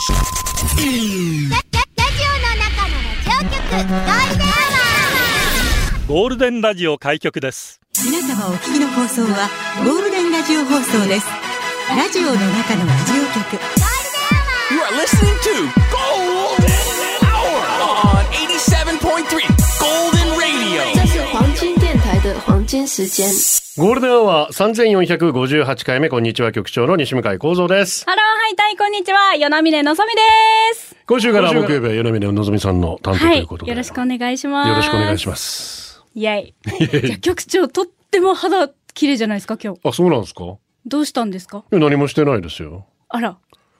ゴールデンラジオ開局です。 皆様お聞きの放送はゴールデンラジオ放送です。ラジオの中のラジオ局 You are listening to Golden Hour on 87.3 Golden Radio。 这是黄金電台的黄金時間。 ゴールデンアワー3458回目。こんにちは、局長の西向井光三です。 ハロー、ハイタイ、こんにちは、与那嶺のぞみです。 今週から木曜日は与那嶺のぞみさんの担当ということで、 よろしくお願いします。 よろしくお願いします。 イェイ。じゃあ局長、とっても肌綺麗じゃないですか、今日。 あ、そうなんですか。 どうしたんですか。 何もしてないですよ。 あら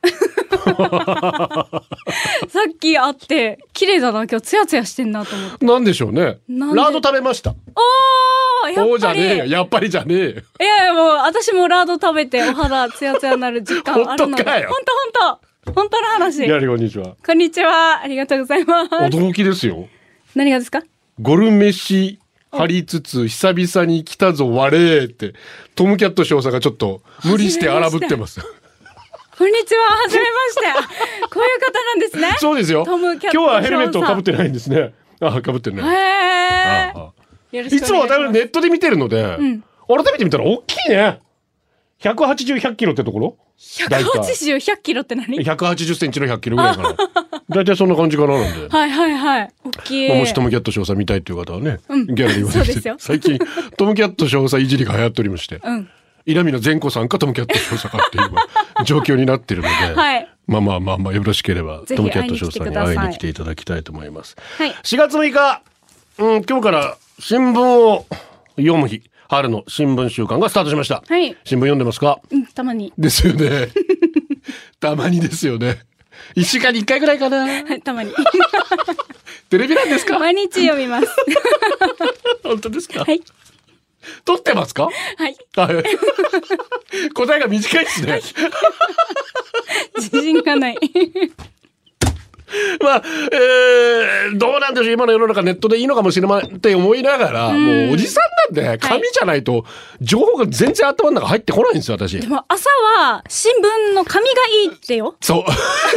さっき会って綺麗だな、今日ツヤツヤしてんなと思って。 なんでしょうね。ラード食べました。 おー、やっぱり。 おーじゃねえよ、やっぱりじゃねえよ。 いやいや、もう私もラード食べてお肌ツヤツヤになる実感あるので。 本当かよ。 本当の話。 やはりこんにちは。 こんにちは、ありがとうございます。 驚きですよ。 何がですか。 ゴル飯張りつつ久々に来たぞ我々ってトムキャット少佐がちょっと無理して荒ぶってます。 こんにちは、はじめまして。こういう方なんですね。 そうですよ。 トムキャット今日はヘルメットをかぶってないんですね。あ、かぶってない。 へー。 いつも私ネットで見てるので、改めて見たら大きいね。180、100キロってところ ？180、100キロって何 ？180センチの100キロぐらいかな。だいたいそんな感じかななんで。 はいはいはい。大きい。 もしトムキャット少佐見たいという方はね、ギャラリー言われて。 そうですよ。 最近トムキャット少佐いじりが流行っておりまして。稲見の善子さんかトムキャット少佐かっていう状況になってるので、はい、まあよろしければトムキャット少佐に会いに来ていただきたいと思います。はい、4月6日、今日から新聞を読む日、春の新聞週間がスタートしました。はい、新聞読んでますか？ たまにですよね。たまにですよね。1週間に1回ぐらいかな。 たまに。 テレビなんですか？ 毎日読みます。 本当ですか？ はい。 撮ってますか？ はい。 答えが短いですね。 自信がない。 まあ、どうなんでしょう。今の世の中ネットでいいのかもしれないって思いながら、もうおじさんなんで紙じゃないと情報が全然頭の中入ってこないんですよ、私。 でも朝は新聞の紙がいいってよ。 そう。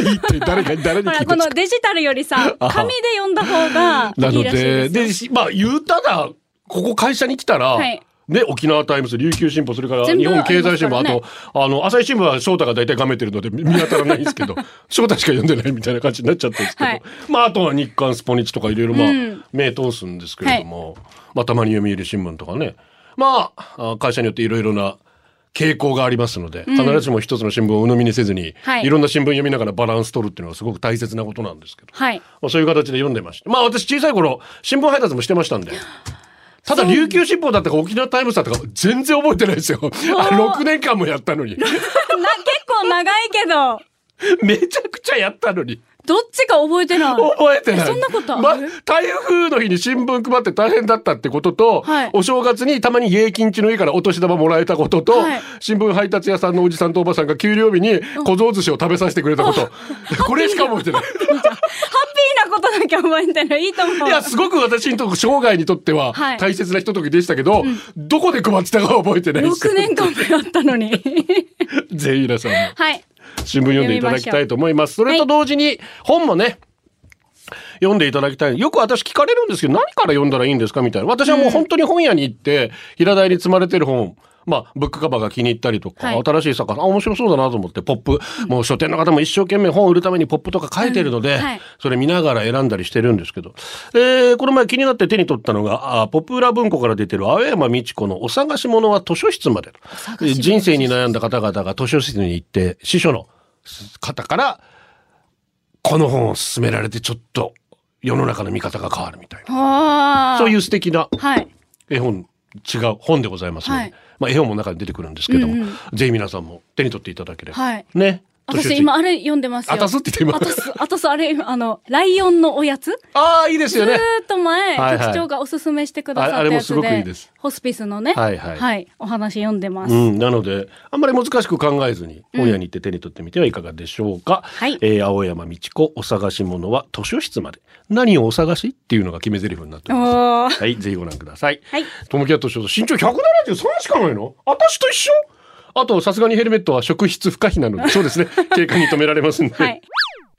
いいって誰に聞いたんですか？ このデジタルよりさ、紙で読んだ方がいいらしいですよ。 まあ言うたら、ここ会社に来たら、はいね、沖縄タイムズ、琉球新報、それから日本経済新聞、ね、あと、朝日新聞は翔太が大体がめてるので見当たらないんですけど、翔太しか読んでないみたいな感じになっちゃったんですけど、はい、まあ、あとは日刊スポニチとかいろいろ、目通すんですけれども、はい、まあ、たまに読売新聞とかね、まあ、会社によっていろいろな傾向がありますので、必ずしも一つの新聞を鵜呑みにせずに、いろんな新聞読みながらバランス取るっていうのはすごく大切なことなんですけど、はい、まあ、そういう形で読んでました。まあ、私小さい頃、新聞配達もしてましたんで、ただ琉球新報だったか沖縄タイムズだったか全然覚えてないですよ。6年間もやったのに。結構長いけど。 めちゃくちゃやったのに。 どっちか覚えてない。 覚えてない。 そんなことある？ 台風の日に新聞配って大変だったってことと、はい、お正月にたまに家金地の家からお年玉もらえたことと、はい、新聞配達屋さんのおじさんとおばさんが給料日に小僧寿司を食べさせてくれたこと。これしか覚えてない。 ハッピーなことだけ覚えてる。いいと思う。 いや、すごく私にとって生涯にとっては大切なひとときでしたけど、どこで配ってたかは覚えてないです。 6年間もやったのに。 ぜひ皆さんも。 はい。 新聞読んでいただきたいと思います。それと同時に本もね、読んでいただきたい。よく私聞かれるんですけど、何から読んだらいいんですかみたいな。私はもう本当に本屋に行って、平台に積まれてる本、まあ、ブックカバーが気に入ったりとか、新しい作家、面白そうだなと思って、ポップ、もう書店の方も一生懸命本を売るためにポップとか書いてるので、それ見ながら選んだりしてるんですけど、この前気になって手に取ったのが、ポプュラー文庫から出てる青山美智子のお探し物は図書室まで。人生に悩んだ方々が図書室に行って、司書の方から、この本を勧められてちょっと世の中の見方が変わるみたいな。そういう素敵な絵本、違う本でございますので、まあ絵本も中に出てくるんですけども、ぜひ皆さんも手に取っていただければ。ね。 私今あれ読んでますよ。 あたすって言って今。あたすあれ、ライオンのおやつ。 ああ、いいですよね。 ずーっと前、局長がおすすめしてくださったやつで。 あれもすごくいいです。 ホスピスのね。はい。お話読んでます。 なので、あんまり難しく考えずに、本屋に行って手に取ってみてはいかがでしょうか。はい。青山美智子、お探し物は図書室まで。何をお探しっていうのが決め台詞になってます。はい。ぜひご覧ください。はい。トムキャット少女、身長173しかないの？私と一緒？あと、さすがにヘルメットは職質不可避なので、そうですね。警官に止められますんで。はい。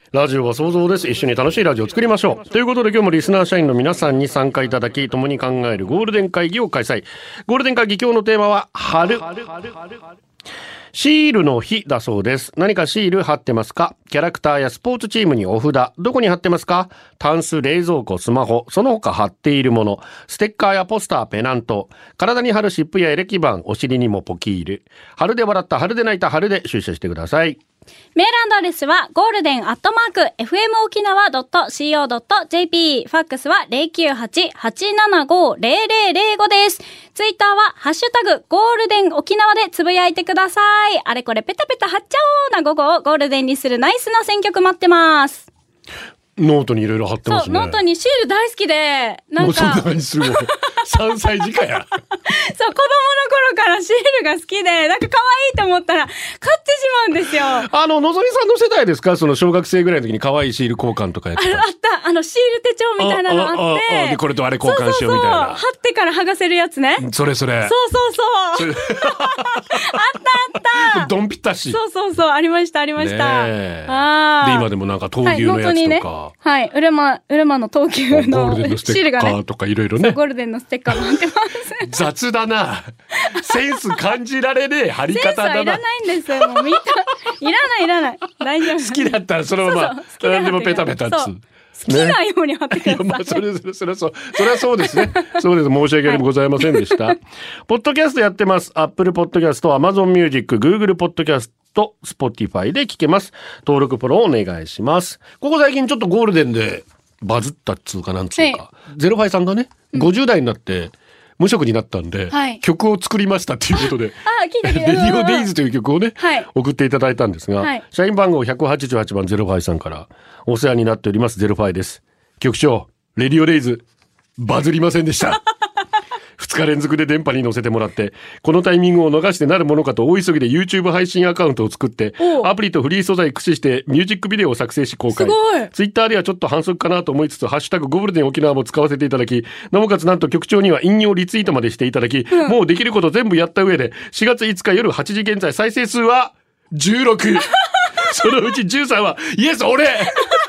ラジオは想像です。一緒に楽しいラジオを作りましょう。ということで今日もリスナー社員の皆さんに参加いただき、共に考えるゴールデン会議を開催。ゴールデン会議今日のテーマは春。シールの日だそうです。何かシール貼ってますか？キャラクターやスポーツチームにお札、どこに貼ってますか？タンス、冷蔵庫、スマホ、その他貼っているもの、ステッカーやポスター、ペナント、体に貼る湿布やエレキ板、お尻にもポキール。春で笑った、春で泣いた、春で出社してください。 メールアドレスはゴールデン@fmokinawa.co.jp、ファックスは 098-875-0005 です。ツイッターはハッシュタグゴールデン沖縄でつぶやいてください。あれこれペタペタ貼っちゃおうな午後をゴールデンにするナイスな選曲待ってます。 ノートにいろいろ貼ってますね。 そう、ノートにシール大好きで、 もうそんな感じするもん。3歳児かや。 そう、子供の頃からシールが好きで、なんか可愛いと思ったら買ってしまうんですよ。 のぞみさんの世代ですか？その小学生ぐらいの時に可愛いシール交換とかやってた。 あった。シール手帳みたいなのあって。 で、これとあれ交換しようみたいな。 そう、貼ってから剥がせるやつね。 それ。そう。あった。ドンピッタシ。 そう、ありました。 ね、で、今でもなんか闘牛のやつとか。 はい、ウルマの闘牛のシールがね。 とかいろいろね。 ゴールデンのステッカーも貼ってます。 雑だな。センス感じられねえ貼り方だな。 センスはいらないんですよ。もうみんな、いらない。大丈夫。 好きだったらそのまま、何でもペタペタっつ。 好きなように貼ってください。 まあ、それはそうですね。そうです。申し訳ございませんでした。ポッドキャストやってます。Apple Podcast、Amazon Music、Google Podcast、Spotify で聞けます。登録フォローお願いします。ここ最近ちょっとゴールデンでバズったっつうかなんつうか。ゼロファイさんがね、50代になって、無職になったんで、曲を作りましたっていうことで、レディオデイズという曲をね、送っていただいたんですが、社員番号188番ゼロファイさんから、お世話になっておりますゼロファイです。局長、レディオデイズ、バズりませんでした。2日連続で電波に乗せてもらって、このタイミングを逃してなるものかと大急ぎで YouTube 配信アカウントを作って、アプリとフリー素材駆使してミュージックビデオを作成し公開。Twitter ではちょっと反則かなと思いつつ、ハッシュタグゴールデン沖縄も使わせていただき、なおかつなんと局長には引用リツイートまでしていただき、もうできること全部やった上で、4月5日夜8時現在再生数は16。そのうち13は、イエス俺みんな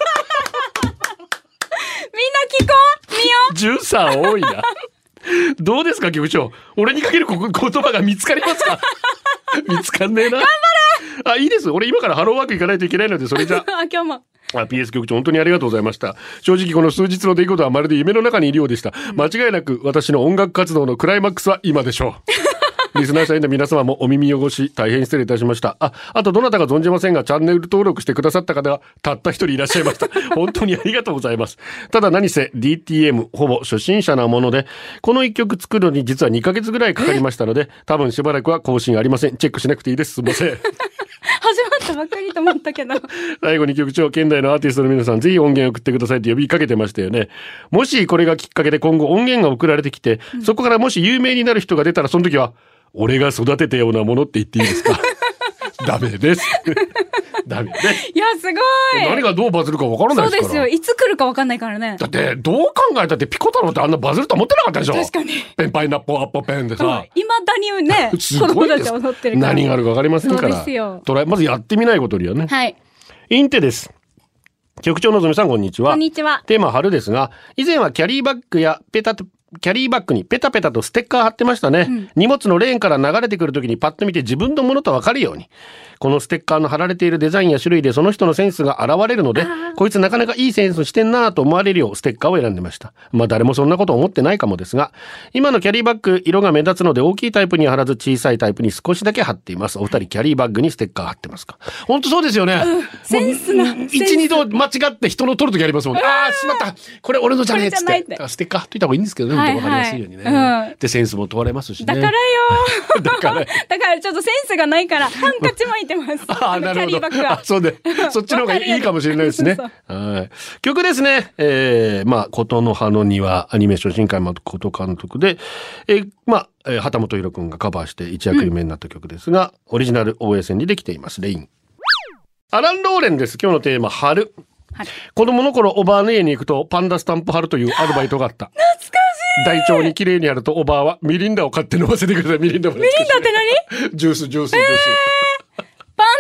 聞こう見よう。 13多いな。どうですか局長、俺にかける言葉が見つかりますか？見つかんねえな。頑張れ。いいです。俺今からハローワーク行かないといけないので、それじゃ今日も PS 局長本当にありがとうございました。正直この数日の出来事はまるで夢の中にいるようでした。間違いなく私の音楽活動のクライマックスは今でしょう。リスナー社員の皆様もお耳汚し大変失礼いたしました。あとどなたか存じませんが、チャンネル登録してくださった方がたった一人いらっしゃいました。本当にありがとうございます。ただ何せ DTM ほぼ初心者なもので、この一曲作るのに実は2ヶ月ぐらいかかりましたので、多分しばらくは更新ありません。チェックしなくていいです。すいません。 始まったばっかりと思ったけど。 最後に局長、県内のアーティストの皆さん、ぜひ音源を送ってくださいって呼びかけてましたよね。もしこれがきっかけで今後音源が送られてきて、そこからもし有名になる人が出たら、その時は俺が育てたようなものって言っていいですか？ダメです。ダメです。 いや、すごい。 何がどうバズるか分からないですから。 そうですよ。いつ来るか分かんないからね。 だって、どう考えたってピコ太郎ってあんなバズると思ってなかったでしょ？ 確かに。 ペンパイナッポーアッポペンでさ。 未だにね、 すごいです。 子供たち踊ってるから。 何があるか分かりませんから。 そうですよ。 まずやってみないことにはね。 はい。 インテです。局長のぞみさん、こんにちは。 こんにちは。 テーマは春ですが、以前はキャリーバッグにペタペタとステッカー貼ってましたね。荷物のレーンから流れてくるときにパッと見て自分のものと分かるように。このステッカーの貼られているデザインや種類でその人のセンスが現れるので、こいつなかなかいいセンスしてんなぁと思われるようステッカーを選んでました。まあ誰もそんなこと思ってないかもですが、今のキャリーバッグ色が目立つので大きいタイプには貼らず小さいタイプに少しだけ貼っています。お二人キャリーバッグにステッカー貼ってますか？本当そうですよね。 センスな。 一二度間違って人の取るときありますもんね。ああ、しまった。これ俺のじゃねえっつって。ステッカー貼っといた方がいいんですけどね。わかりやすいようにね。で、センスも問われますしね。 だからよ。だからちょっとセンスがないからハンカチ巻いてます。 なるほど。そうで、そっちの方がいいかもしれないですね。はい。曲ですね。琴の葉の庭アニメ初心会誠監督で、畑本博くんがカバーして一躍有名になった曲ですが、オリジナル OSN にできています。レイン。アラン・ローレンです。今日のテーマ春。子供の頃おばあの家に行くとパンダスタンプ貼るというアルバイトがあった。 懐かしい。 台帳に綺麗にやるとおばあはミリンダを買って飲ませてください。ミリンダって何？ ジュース。 パンダスタン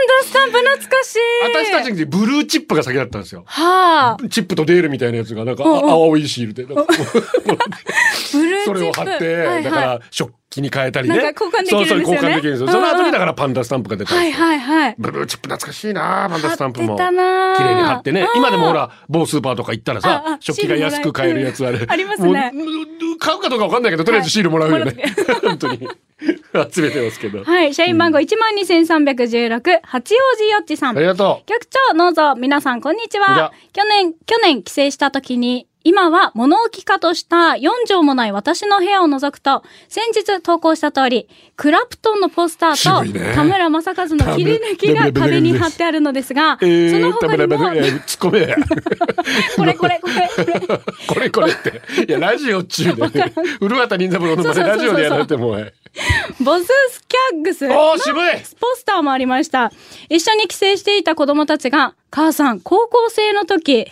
プ懐かしい。 私たちにブルーチップが先だったんですよ。 はあ。 チップとデールみたいなやつがなんか青いシールで。 ブルーチップ。 それを貼って、 はいはい、 だから食器に変えたりね。 なんか交換できるんですよね。 そう交換できるんですよ。その後にだからパンダスタンプが出たんですよ。 はいはいはい。 ブルーチップ懐かしいな、パンダスタンプも。 貼ってたな。 綺麗に貼ってね。今でもほら、某スーパーとか行ったらさ、食器が安く買えるやつある。 ありますね。 買うかどうかわかんないけど、とりあえずシールもらうよね。本当に。集めてますけど。 はい。社員番号12316、八王子よっちさん。 ありがとう。 局長、どうぞ。皆さん、こんにちは。去年帰省した時に、今は物置化とした4畳もない私の部屋を覗くと、先日投稿した通り、クラプトンのポスターと、田村正和の切り抜きが壁に貼ってあるのですが、その他にも、 突っ込め。 これって。いや、ラジオ中でね。古畑任三郎のまでラジオでやられても。 ボススキャッグスのポスターもありました。一緒に帰省していた子供たちが、母さん、高校生の時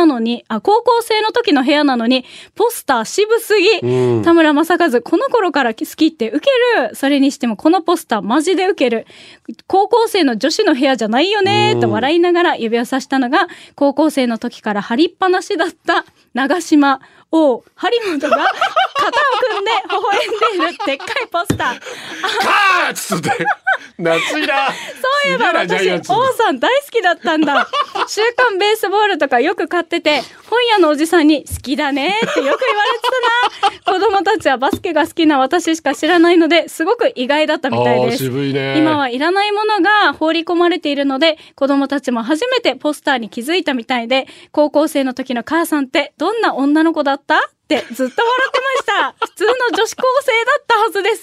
の部屋なのに、ポスター渋すぎ。田村正和、この頃から好きってウケる。それにしてもこのポスターマジでウケる。高校生の女子の部屋じゃないよね、と笑いながら指をさしたのが、高校生の時から貼りっぱなしだった長島を張本が肩を組んで微笑んでいるでっかいポスター。 カーッつって。夏いな。 そういえば私、王さん大好きだったんだ。週刊ベースボールとかよく買ってて、本屋のおじさんに好きだねってよく言われてたな。子供たちはバスケが好きな私しか知らないので、すごく意外だったみたいです。 渋いね。 今はいらないものが放り込まれているので、子供たちも初めてポスターに気づいたみたいで、高校生の時の母さんってどんな女の子だったってずっと笑ってました。普通の女子高生だったはずです。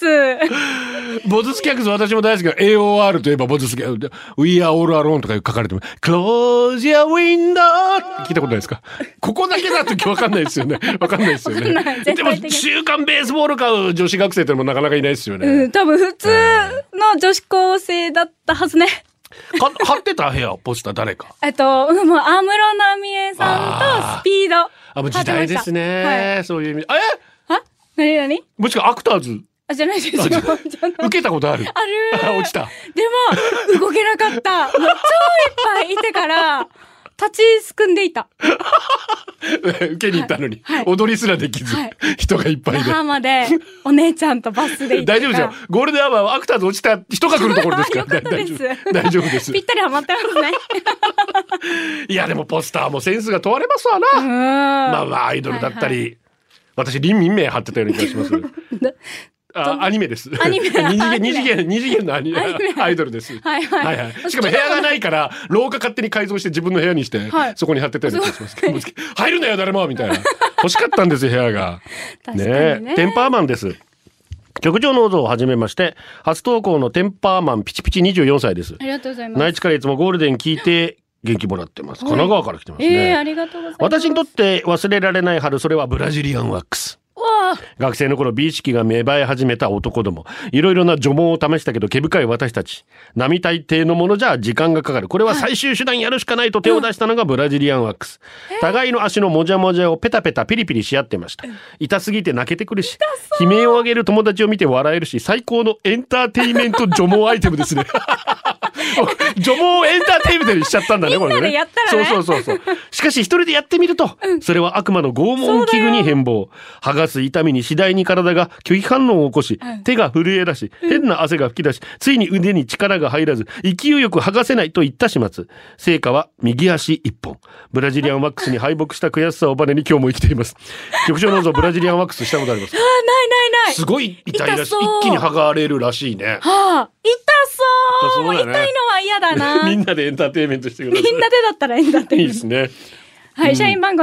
ボズスキャッグス私も大好きな AOR といえばボズスキャッグス We are all alone とか書かれても Close your window 聞いたことないですか？ここだけだと分かんないですよね。分かんないですよね。でも週刊ベースボール買う女子学生ってのもなかなかいないですよね。 多分普通の女子高生だったはずね。 貼ってた部屋ポスター誰か？ もう安室奈美恵さんとスピード。 時代ですね。はい、そういう意味。 何もしくはアクターズ。 じゃないですよ。受けたことある。 ある。 落ちた。 でも、動けなかった。もう超いっぱいいてから、立ちすくんでいた。 受けに行ったのに、踊りすらできず、人がいっぱいで。 那覇まで、お姉ちゃんとバスで行った。 大丈夫ですよ。ゴールデンアワーはアクターズ落ちた人が来るところですから。 大丈夫です。 ぴったりハマってますね。 いや、でもポスターもセンスが問われますわな。まあ、アイドルだったり、私、林民名貼ってたような気がします。アニメです。二次元のアイドルです。はいはい。しかも部屋がないから、廊下勝手に改造して自分の部屋にして、そこに貼ってたような気がします。入るなよ、誰もみたいな。欲しかったんですよ、部屋が。ね、テンパーマンです。局長の像をはじめまして、初投稿のテンパーマンピチピチ24歳です。 ありがとうございます。 内地からいつもゴールデン聞いて、元気もらってます。神奈川から来てますね。 ありがとうございます。 私にとって忘れられない春、それはブラジリアンワックス。学生の頃美意識が芽生え始めた男ども。いろいろな除毛を試したけど毛深い私たち。並大抵のものじゃ時間がかかる。これは最終手段やるしかないと手を出したのがブラジリアンワックス。互いの足のもじゃもじゃをペタペタピリピリし合ってました。痛すぎて泣けてくるし、悲鳴を上げる友達を見て笑えるし、最高のエンターテイメント除毛アイテムですね。除毛エンターテイメントにしちゃったんだね、これね。 みんなでやったらね。 そう。しかし一人でやってみると、それは悪魔の拷問器具に変貌。剥がす痛みに次第に体が拒否反応を起こし、手が震え出し、変な汗が吹き出し、ついに腕に力が入らず、勢いよく剥がせないといった始末。成果は右足一本。ブラジリアンワックスに敗北した悔しさをバネに今日も生きています。局長のぞブラジリアンワックスしたことありますか？ ない。 すごい痛いらしい。一気に剥がれるらしいね。 痛そう。もう痛いのは嫌だな。 みんなでエンターテイメントしてください。 みんなでだったらエンターテイメント。 いいですね。 はい、社員番号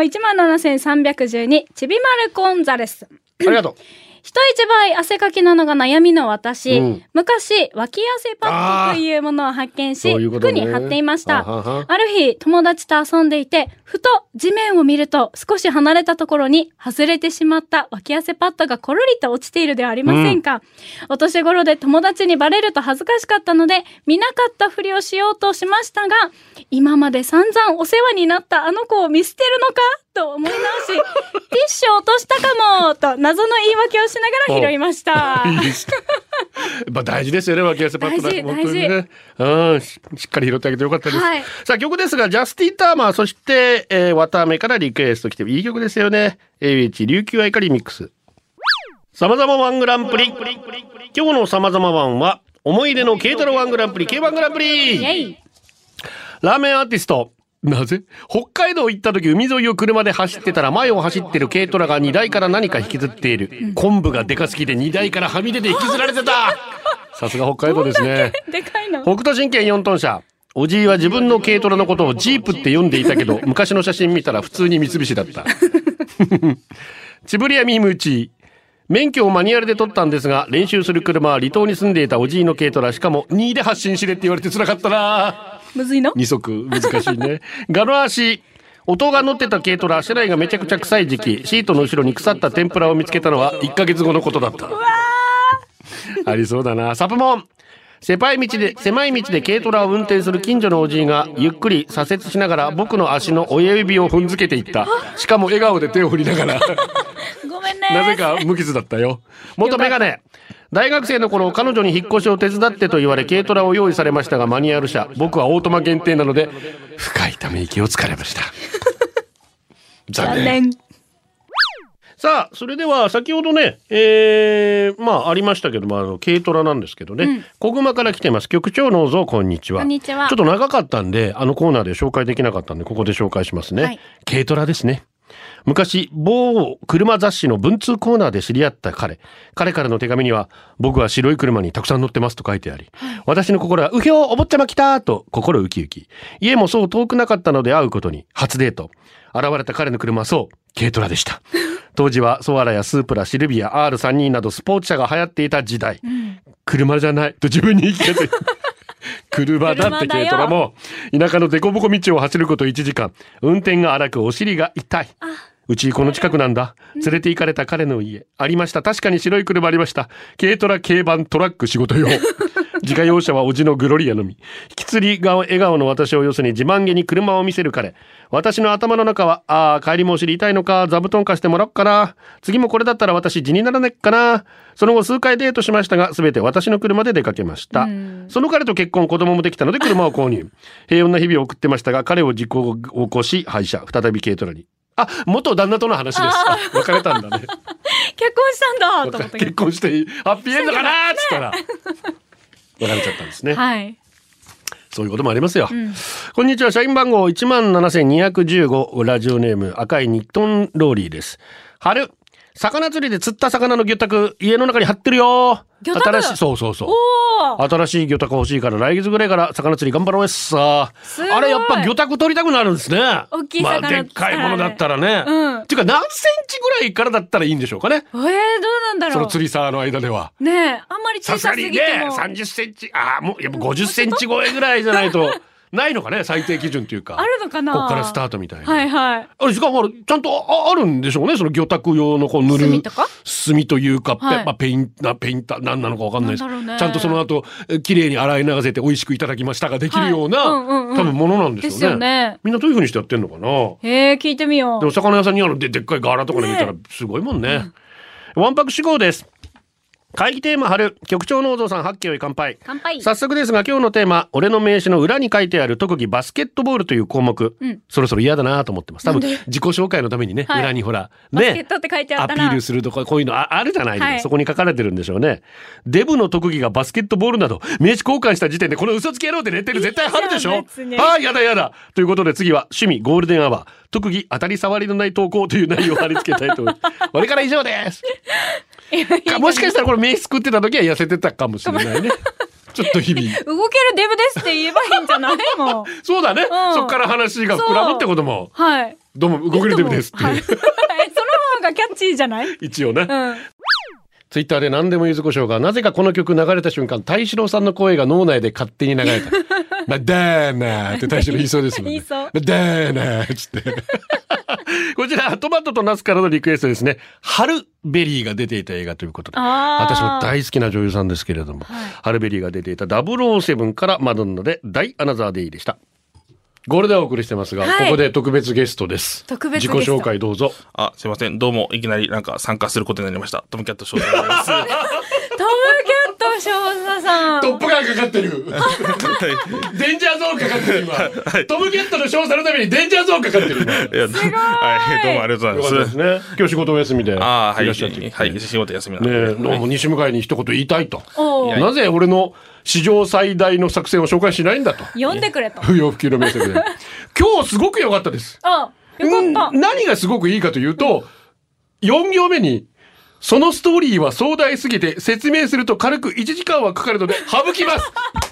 17312、ちびまるコンザレス。 ありがとう。 人一倍汗かきなのが悩みの私、昔脇汗パッドというものを発見し、服に貼っていました。ある日友達と遊んでいて、ふと地面を見ると少し離れたところに外れてしまった脇汗パッドがコロリと落ちているではありませんか。お年頃で友達にバレると恥ずかしかったので見なかったふりをしようとしましたが、今まで散々お世話になったあの子を見捨てるのかと思い直し、ティッシュ落としたかもと謎の言い訳をしながら拾いました。 いいですまあ大事ですよね、脇汗パッドだ。本当にね、しっかり拾ってあげてよかったです。はい、さあ曲ですが、ジャスティン・ターマー、そして、綿あめからリクエスト来ていい曲ですよね。AH 琉球愛歌リミックス。さまざまワングランプリ。今日のさまざまワンは思い出の軽トラワングランプリ K1 グランプリ。ラーメンアーティスト。なぜ北海道行った時海沿いを車で走ってたら前を走ってる軽トラが荷台から何か引きずっている。昆布がでかすぎて荷台からはみ出て引きずられてた。さすが北海道ですね。 でかいの。 北斗神拳4トン車。おじいは自分の軽トラのことをジープって呼んでいたけど昔の写真見たら普通に三菱だった。チブリアミームーチー。免許をマニュアルで取ったんですが練習する車は離島に住んでいたおじいの軽トラ、しかも2位で発進しれって言われて辛かったな。 むずいの？ 二足難しいね。ガロ足。音が乗ってた軽トラ、車内がめちゃくちゃ臭い時期、シートの後ろに腐った天ぷらを見つけたのは1ヶ月後のことだった。ありそうだな。サプモン。狭い道で軽トラを運転する近所のおじいがゆっくり左折しながら僕の足の親指を踏んづけていった。しかも笑顔で手を振りながらごめんね。 なぜか無傷だったよ。元メガネ。大学生の頃彼女に引っ越しを手伝ってと言われ軽トラを用意されましたがマニュアル車、僕はオートマ限定なので深いため息をつかれました。残念。さあそれでは先ほどね、まあありましたけども軽トラなんですけどね、小熊から来てます。局長のぞこんにちは。 こんにちは。 ちょっと長かったんでコーナーで紹介できなかったんでここで紹介しますね。はい、軽トラですね。昔某車雑誌の文通コーナーで知り合った彼からの手紙には僕は白い車にたくさん乗ってますと書いてあり、私の心はうひょーお坊ちゃま来たと心ウキウキ。家もそう遠くなかったので会うことに初デート。現れた彼の車はそう軽トラでした。当時はソアラやスープラ、シルビア、R32 などスポーツ車が流行っていた時代、車じゃないと自分に言い聞かせ車だって軽トラも田舎の凸凹道を走ること1時間、運転が荒くお尻が痛い。うちこの近くなんだ。連れて行かれた彼の家ありました。確かに白い車ありました。軽トラ、軽バン、トラック仕事用。自家用車はおじのグロリアのみ。引きつり顔笑顔の私をよそに自慢げに車を見せる彼。私の頭の中は帰りもお尻痛いのか、座布団貸してもらおっかな、次もこれだったら私地にならないかな。その後数回デートしましたが全て私の車で出かけました。その彼と結婚、子供もできたので車を購入。平穏な日々を送ってましたが彼を事故を起こし廃車、再び軽トラに。元旦那との話です。別れたんだね。 結婚したんだと思ったけど。 結婚してハッピーエンドかなーっつったら別れちゃったんですね。 はい。 そういうこともありますよ。こんにちは。社員番号17215、ラジオネーム赤いニットンローリーです。春、魚釣りで釣った魚の魚拓家の中に貼ってるよ。新しい、そう新しい魚拓欲しいから来月ぐらいから魚釣り頑張ろうっさ。あれやっぱ魚拓取りたくなるんですね。 大きい魚、 でっかいものだったらね、っていうか何センチぐらいからだったらいいんでしょうかね。 どうなんだろう。 その釣り竿の間ではねえ、あんまり小さすぎてもさすがにね30センチ、もうやっぱ50センチ超えぐらいじゃないとないのかね、最低基準というか。 あるのかな。 こっからスタートみたいな。 はいはい。 時間もちゃんとあるんでしょうね。その魚拓用のこう塗る墨というか、ペインター何なのか分かんないです。ちゃんとその後綺麗に洗い流せて美味しくいただきましたができるような、多分ものなんでしょうね。 ですよね。 みんなどういう風にしてやってんのかな。 聞いてみよう。 でも魚屋さんにでっかいガラとかで見たらすごいもんね。わんぱく志向です。会議テーマ春、局長のおぞさん発揮よい乾杯。 乾杯。 早速ですが今日のテーマ、俺の名刺の裏に書いてある特技バスケットボールという項目、そろそろ嫌だなと思ってます。多分自己紹介のためにね、裏にほらバスケットって書いてあったな、 アピールするとかこういうのあるじゃないですか、そこに書かれてるんでしょうね。デブの特技がバスケットボールなど名刺交換した時点でこの嘘つき野郎でレッテル絶対貼るでしょ。やだということで次は趣味ゴールデンアワー、特技当たり障りのない投稿という内容を貼り付けたいと思います。これから以上ですもしかしたらこれ名刺作ってた時は痩せてたかもしれないね。ちょっと日々 動けるデブですって言えばいいんじゃないもんそうだね、そっから話が膨らむってことも、どうも動けるデブですっていうその方がキャッチーじゃない一応ね、ツイッターで何でもゆずこしょうがなぜかこの曲流れた瞬間大志郎さんの声が脳内で勝手に流れただーなーって大志郎言いそうですもんね。だーなーっつってこちらトマトとナスからのリクエストですね。ハルベリーが出ていた映画ということで、私も大好きな女優さんですけれども、ハルベリーが出ていた007からマドンナで大アナザーデイでした。 ゴールデンをお送りしてますが、ここで特別ゲストです。 特別ゲスト。 自己紹介どうぞ。 すいません。どうも、いきなり参加することになりました。トムキャット翔太です。 トムキャット翔太さん。 トップガンかかってる。デンジャーゾーンかかってる今。トムキャットの翔太のためにデンジャーゾーンかかってる今。 すごい。 はい、どうもありがとうございます。 ね、今日仕事お休みで。 はい、仕事休みなんで。 ね、どうも西向井に一言言いたいと。なぜ俺の史上最大の作戦を紹介しないんだと。 呼んでくれと。 不要不急のメッセージで。今日すごく良かったです。 よかった。 何がすごくいいかというと、4行目に、そのストーリーは壮大すぎて説明すると軽く1時間はかかるので省きます。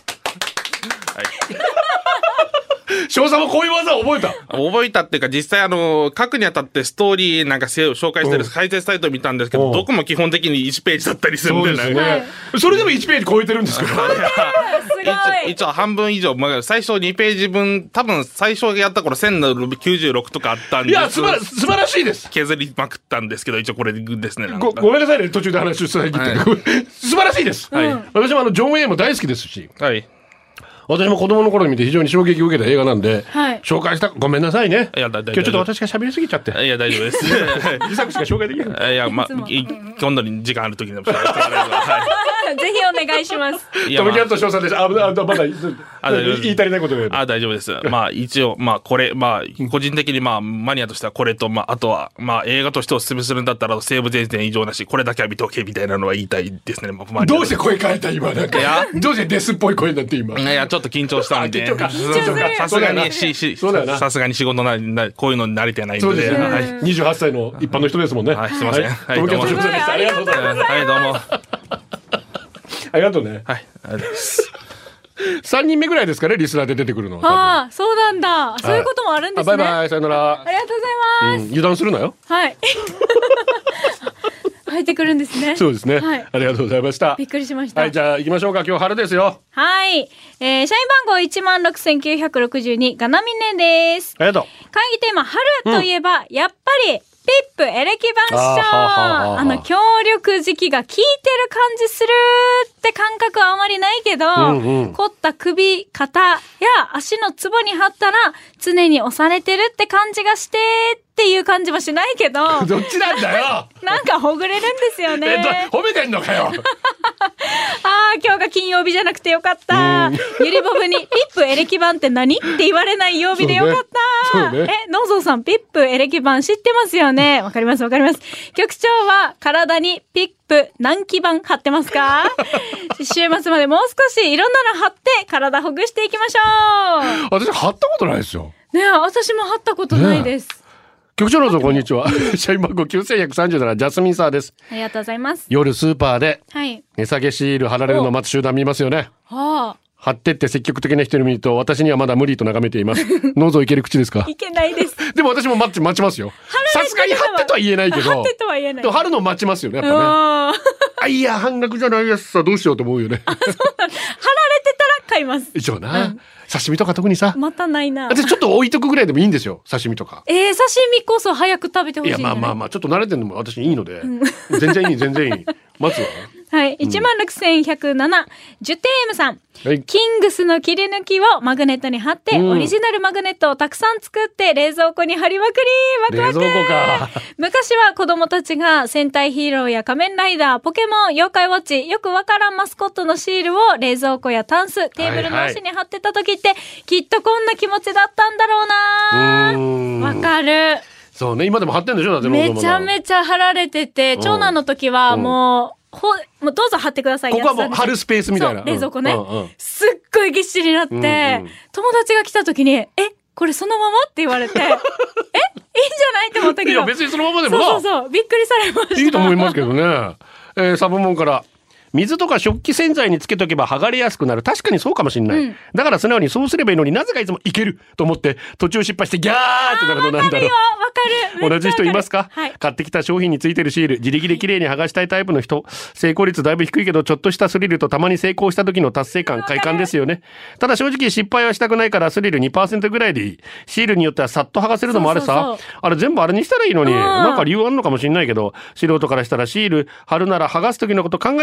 翔さんもこういう技を覚えたっていうか、実際書くにあたってストーリー紹介してる解説サイトを見たんですけど、どこも基本的に1ページだったりするんでね。 そうですね。それでも1ページ超えてるんですけど。 一応半分以上、最初2ページ分、多分最初やった頃1096とかあったんで。 いや、素晴らしいです。 削りまくったんですけど、一応これですね。 ごめんなさいね、途中で話を伝え切って。素晴らしいです。私もジョン・ウェイも大好きですし。 はい。 私も子供の頃に見て非常に衝撃を受けた映画なんで、紹介したごめんなさいね。今日ちょっと私が喋りすぎちゃって。 いや、大丈夫です。 自作しか紹介できない。 いや、今度に時間ある時にも。 ぜひお願いします。 トムキャット翔さんです。まだ言い足りないことが。 大丈夫です。一応、これ、個人的にマニアとしてはこれと、あとは、映画としてお勧めするんだったら、西部前線異常なし、これだけは見とけみたいなのは言いたいですね。 どうして声変えた今なんか。どうしてデスっぽい声になって今。 いや、ちょっと緊張したので。さすがに仕事こういうのに慣れてないので。 28歳の一般の人ですもんね。 すいません。 トムキャット翔さんでした。ありがとうございます。 はい、どうも。 ありがとうね。 はい、ありがとうございます。 3人目ぐらいですかね、リスナーで出てくるのは。 そうなんだ。そういうこともあるんですね。 バイバイ、さよなら。 ありがとうございます。 油断するなよ。 はい。入ってくるんですね。 そうですね。ありがとうございました。 びっくりしました。 はい、じゃあ行きましょうか。今日春ですよ。 はい。社員番号16,962、ガナミネです。 ありがとう。 会議テーマ、春といえば、やっぱり、ピップエレキ板師匠。協力時期が効いてる感じするって感覚はあまりないけど、凝った首、肩や足のツボに貼ったら、常に押されてるって感じがして、っていう感じもしないけど。 どっちなんだよ。 なんかほぐれるんですよね。 褒めてんのかよ。 今日が金曜日じゃなくてよかった。ゆりぼぶにピップエレキ板って何って言われない曜日でよかった。ノゾーさんピップエレキ板知ってますよね。わかります。局長は体にピップ何基板貼ってますか？週末までもう少しいろんなの貼って体ほぐしていきましょう。 私貼ったことないですよ。 ねえ、私も貼ったことないです。 局長のぞこんにちは。社員番号9137ジャスミンサーです。 ありがとうございます。 夜スーパーで値下げシール貼られるのを待つ集団見ますよね。貼ってって積極的な人に見ると私にはまだ無理と眺めています。ノーゾいける口ですか？ いけないです。 でも私も待ちますよ。さすがに貼ってとは言えないけど。 貼ってとは言えない。 でも貼るの待ちますよね。やっぱね。いや半額じゃないやつさどうしようと思うよね。 そうなん貼られてたら買います。 一応な。刺身とか特にさ。 またないな。 私ちょっと置いとくぐらいでもいいんですよ。刺身とか。 刺身こそ早く食べてほしい。 いやまあちょっと慣れてるのも私いいので。全然いい。待つわ。 はい。16,107。ジュテームさん。キングスの切り抜きをマグネットに貼って、オリジナルマグネットをたくさん作って冷蔵庫に貼りまくり。ワクワク。 冷蔵庫か。 昔は子供たちが戦隊ヒーローや仮面ライダー、ポケモン、妖怪ウォッチ、よくわからんマスコットのシールを冷蔵庫やタンス、テーブルの足に貼ってた時って、きっとこんな気持ちだったんだろうな。わかる。 そうね、今でも貼ってんでしょ？だってめちゃめちゃ貼られてて、長男の時はもうどうぞ貼ってください。 ここはもう貼るスペースみたいな。 冷蔵庫ね。すっごいぎっしりになって、友達が来た時に、これそのままって言われて、いいんじゃないって思ったけど。 いや別にそのままでもな。 そう、びっくりされました。 いいと思いますけどね。サブモンから。水とか食器洗剤につけとけば剥がれやすくなる。確かにそうかもしれない。だから素直にそうすればいいのになぜかいつもいけると思って途中失敗してギャーってなるのなんだろう。 わかる。 同じ人いますか？買ってきた商品についてるシール自力で綺麗に剥がしたいタイプの人。成功率だいぶ低いけどちょっとしたスリルとたまに成功した時の達成感快感ですよね。ただ正直失敗はしたくないからスリル 2% ぐらいでいい。シールによってはさっと剥がせるのもあるさ。あれ全部あれにしたらいいのになんか理由あるのかもしれないけど素人からしたらシール貼るなら剥がす時のこと考えてから貼っ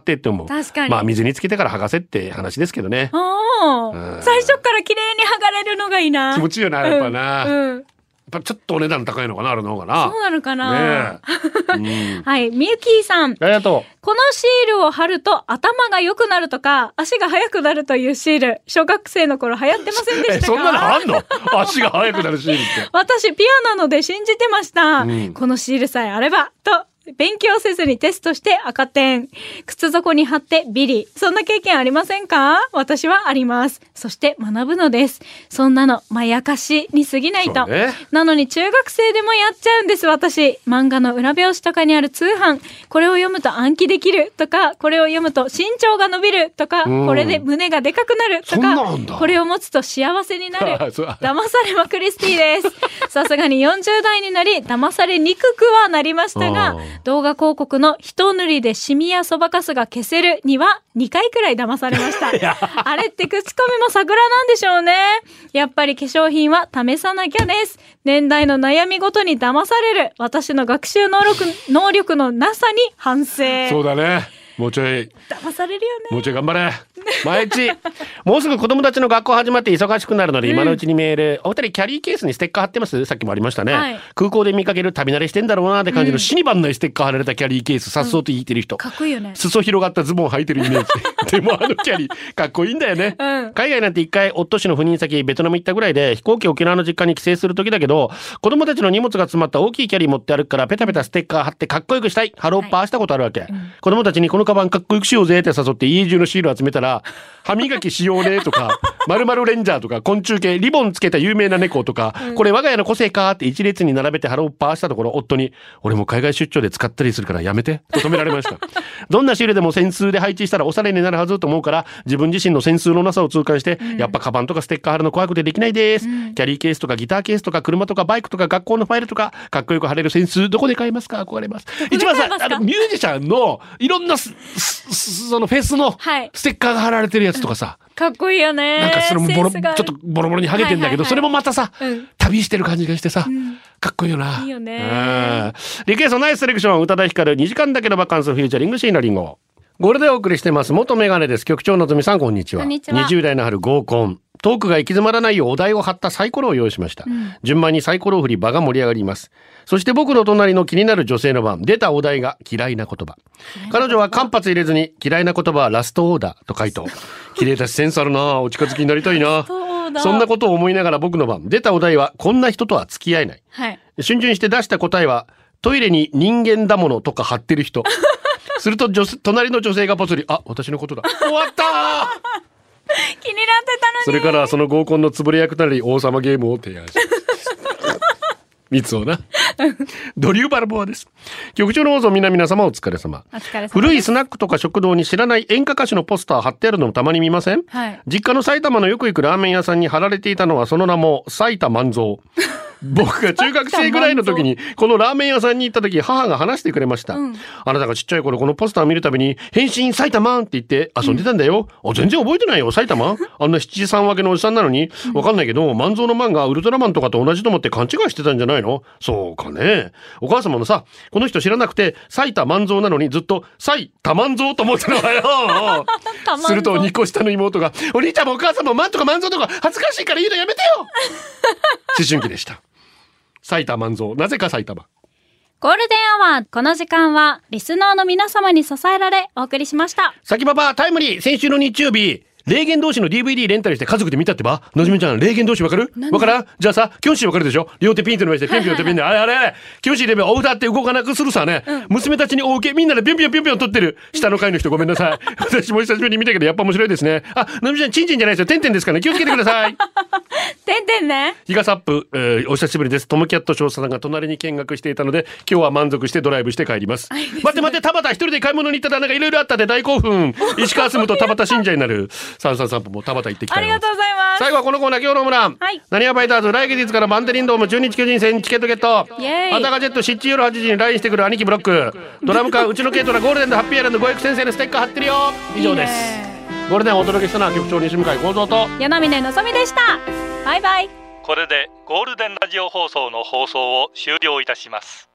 ってって思う。 確かに。 まあ水につけてから剥がせって話ですけどね。 最初から綺麗に剥がれるのがいいな。 気持ちいいよな、やっぱな。やっぱちょっとお値段高いのかな、あるのかな。 そうなのかな。 ねはい、みゆきーさん。 ありがとう。 このシールを貼ると頭が良くなるとか、足が速くなるというシール、小学生の頃流行ってませんでしたか？ そんなのあんの？足が速くなるシールって。 私、ピアノなので信じてました。このシールさえあれば、と。勉強せずにテストして赤点。靴底に貼ってビリ。そんな経験ありませんか？私はあります。そして学ぶのです。そんなのまやかしに過ぎないと。なのに中学生でもやっちゃうんです、私。漫画の裏表紙とかにある通販。これを読むと暗記できるとか、これを読むと身長が伸びるとか、これで胸がでかくなるとか、これを持つと幸せになる。騙されまくりスティです。さすがに40代になり、騙されにくくはなりましたが、動画広告の一塗りでシミやそばかすが消せるには2回くらい騙されました。あれって口コミも桜なんでしょうね。やっぱり化粧品は試さなきゃです。年代の悩みごとに騙される私の学習能力のなさに反省。 そうだね。もうちょい騙されるよね。 もうちょい頑張れ。毎日もうすぐ子供たちの学校始まって忙しくなるので、今のうちにメール。お二人キャリーケースにステッカー貼ってます？さっきもありましたね、空港で見かける旅慣れしてんだろうなって感じの死に番ないステッカー貼られたキャリーケース、さっそうと引いてる人、 かっこいいよね。 裾広がったズボン履いてるイメージでもあのキャリーかっこいいんだよね、海外なんて一回夫氏の赴任先ベトナム行ったぐらいで、飛行機沖縄の実家に帰省する時だけど、子供たちの荷物が詰まった大きいキャリー持って歩くからペタペタステッカー貼ってかっこよくしたい、ハローパーしたことあるわけ、子供たちにこのカバンかっこよくしようぜって誘って家中のシール集めたら、歯磨きしようねとか〇〇レンジャーとか昆虫系リボンつけた有名な猫とか、これ我が家の個性かって一列に並べてハローパーしたところ、夫に俺も海外出張で使ったりするからやめてと止められましたどんなシールでも線数で配置したらおしゃれになるはずと思うから、自分自身の線数のなさを痛感して、やっぱカバンとかステッカー貼るの怖くてできないです、キャリーケースとかギターケースとか車とかバイクとか学校のファイルとかかっこよく貼れる線数どこで買えますか？憧れます。一番さ、ミュージシャンのいろんなそのフェスのステッカーが貼られてるやつとかさ、 かっこいいよね。 なんかそのちょっとボロボロに剥げてんだけど、それもまたさ、旅してる感じがしてさ、かっこいいよな。 いいよね。 リクエストナイスセレクション、宇多田ヒカル2時間だけのバカンスフューチャリング椎名林檎。ゴールでお送りしてます元メガネです。局長のぞみさん、こんにちは。20代の春合コン、トークが行き詰まらないようお題を張ったサイコロを用意しました、順番にサイコロを振り場が盛り上がります。そして僕の隣の気になる女性の番、出たお題が嫌いな言葉。彼女は間髪入れずに嫌いな言葉はラストオーダーと回答。綺麗だしセンスあるな、お近づきになりたいなそんなことを思いながら僕の番、出たお題はこんな人とは付き合えない、瞬々して出した答えはトイレに人間だものとか貼ってる人すると隣の女性がポツリ、あ、私のことだ、終わった気になってたのに。 それからその合コンのつぶれ役となり王様ゲームを提案し三つをなドリューバルボアです。局長の放送皆様お疲れ様。古いスナックとか食堂に知らない演歌歌手のポスター貼ってあるのもたまに見ません？実家の埼玉のよく行くラーメン屋さんに貼られていたのはその名も埼玉万蔵。僕が中学生ぐらいの時にこのラーメン屋さんに行った時、母が話してくれました、あなたがちっちゃい頃このポスターを見るたびに変身埼玉って言って遊んでたんだよ、全然覚えてないよ埼玉、あんな七時三分けのおじさんなのに。わかんないけど万蔵の漫画ウルトラマンとかと同じと思って勘違いしてたんじゃないの？そうかね。お母様もさ、この人知らなくて埼玉万蔵なのにずっと埼玉万蔵と思ってたのわよすると2個下の妹が、お兄ちゃんもお母さんも万とか万蔵とか恥ずかしいから言うのやめてよ思春期でした。埼玉万蔵、なぜか埼玉。 ゴールデンアワー、この時間はリスナーの皆様に支えられお送りしました。 先パパタイムリー、先週の日曜日霊言同士の DVD レンタルして家族で見たってば。のじみちゃん、霊言同士わかる？わからん？じゃあさ、キョンシーわかるでしょ？両手ピンって伸ばしてピンピンってピンで、あれキョンシーでお歌って動かなくするさね、娘たちにお受けみんなでピンピンピンピン撮ってる。下の階の人ごめんなさい私も久しぶりに見たけどやっぱ面白いですね。あ、のじみちゃんチンチンじゃないですよ、テンテンですからね、気をつけてくださいテンテンね。 日がサップ、お久しぶりです。トムキャット少佐さんが隣に見学していたので今日は満足してドライブして帰ります。待って田畑一人で買い物に行ったらなんかいろいろあったで大興奮石川住むと田畑信者になる三三散歩も田畑行ってきたよ。 ありがとうございます。 最後はこのコーナー、今日のホームラン、なにわファイターズ来月からバンテリンドーム中日巨人戦チケットゲット。アタガジェット7夜8時に LINE してくる兄貴ブロックドラム缶うちの軽トラゴールデンのハッピーアイランド五役先生のステッカー貼ってるよ。以上です。ゴールデンをお届けしたのは局長西向井幸三と柳峰のぞみでした。バイバイ。 これでゴールデンラジオ放送の放送を終了いたします。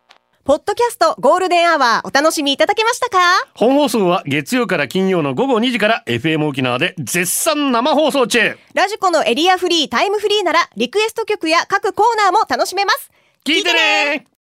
ポッドキャストゴールデンアワーお楽しみいただけましたか？ 本放送は月曜から金曜の午後2時から FM 沖縄で絶賛生放送中。 ラジコのエリアフリータイムフリーならリクエスト曲や各コーナーも楽しめます。 聞いてね。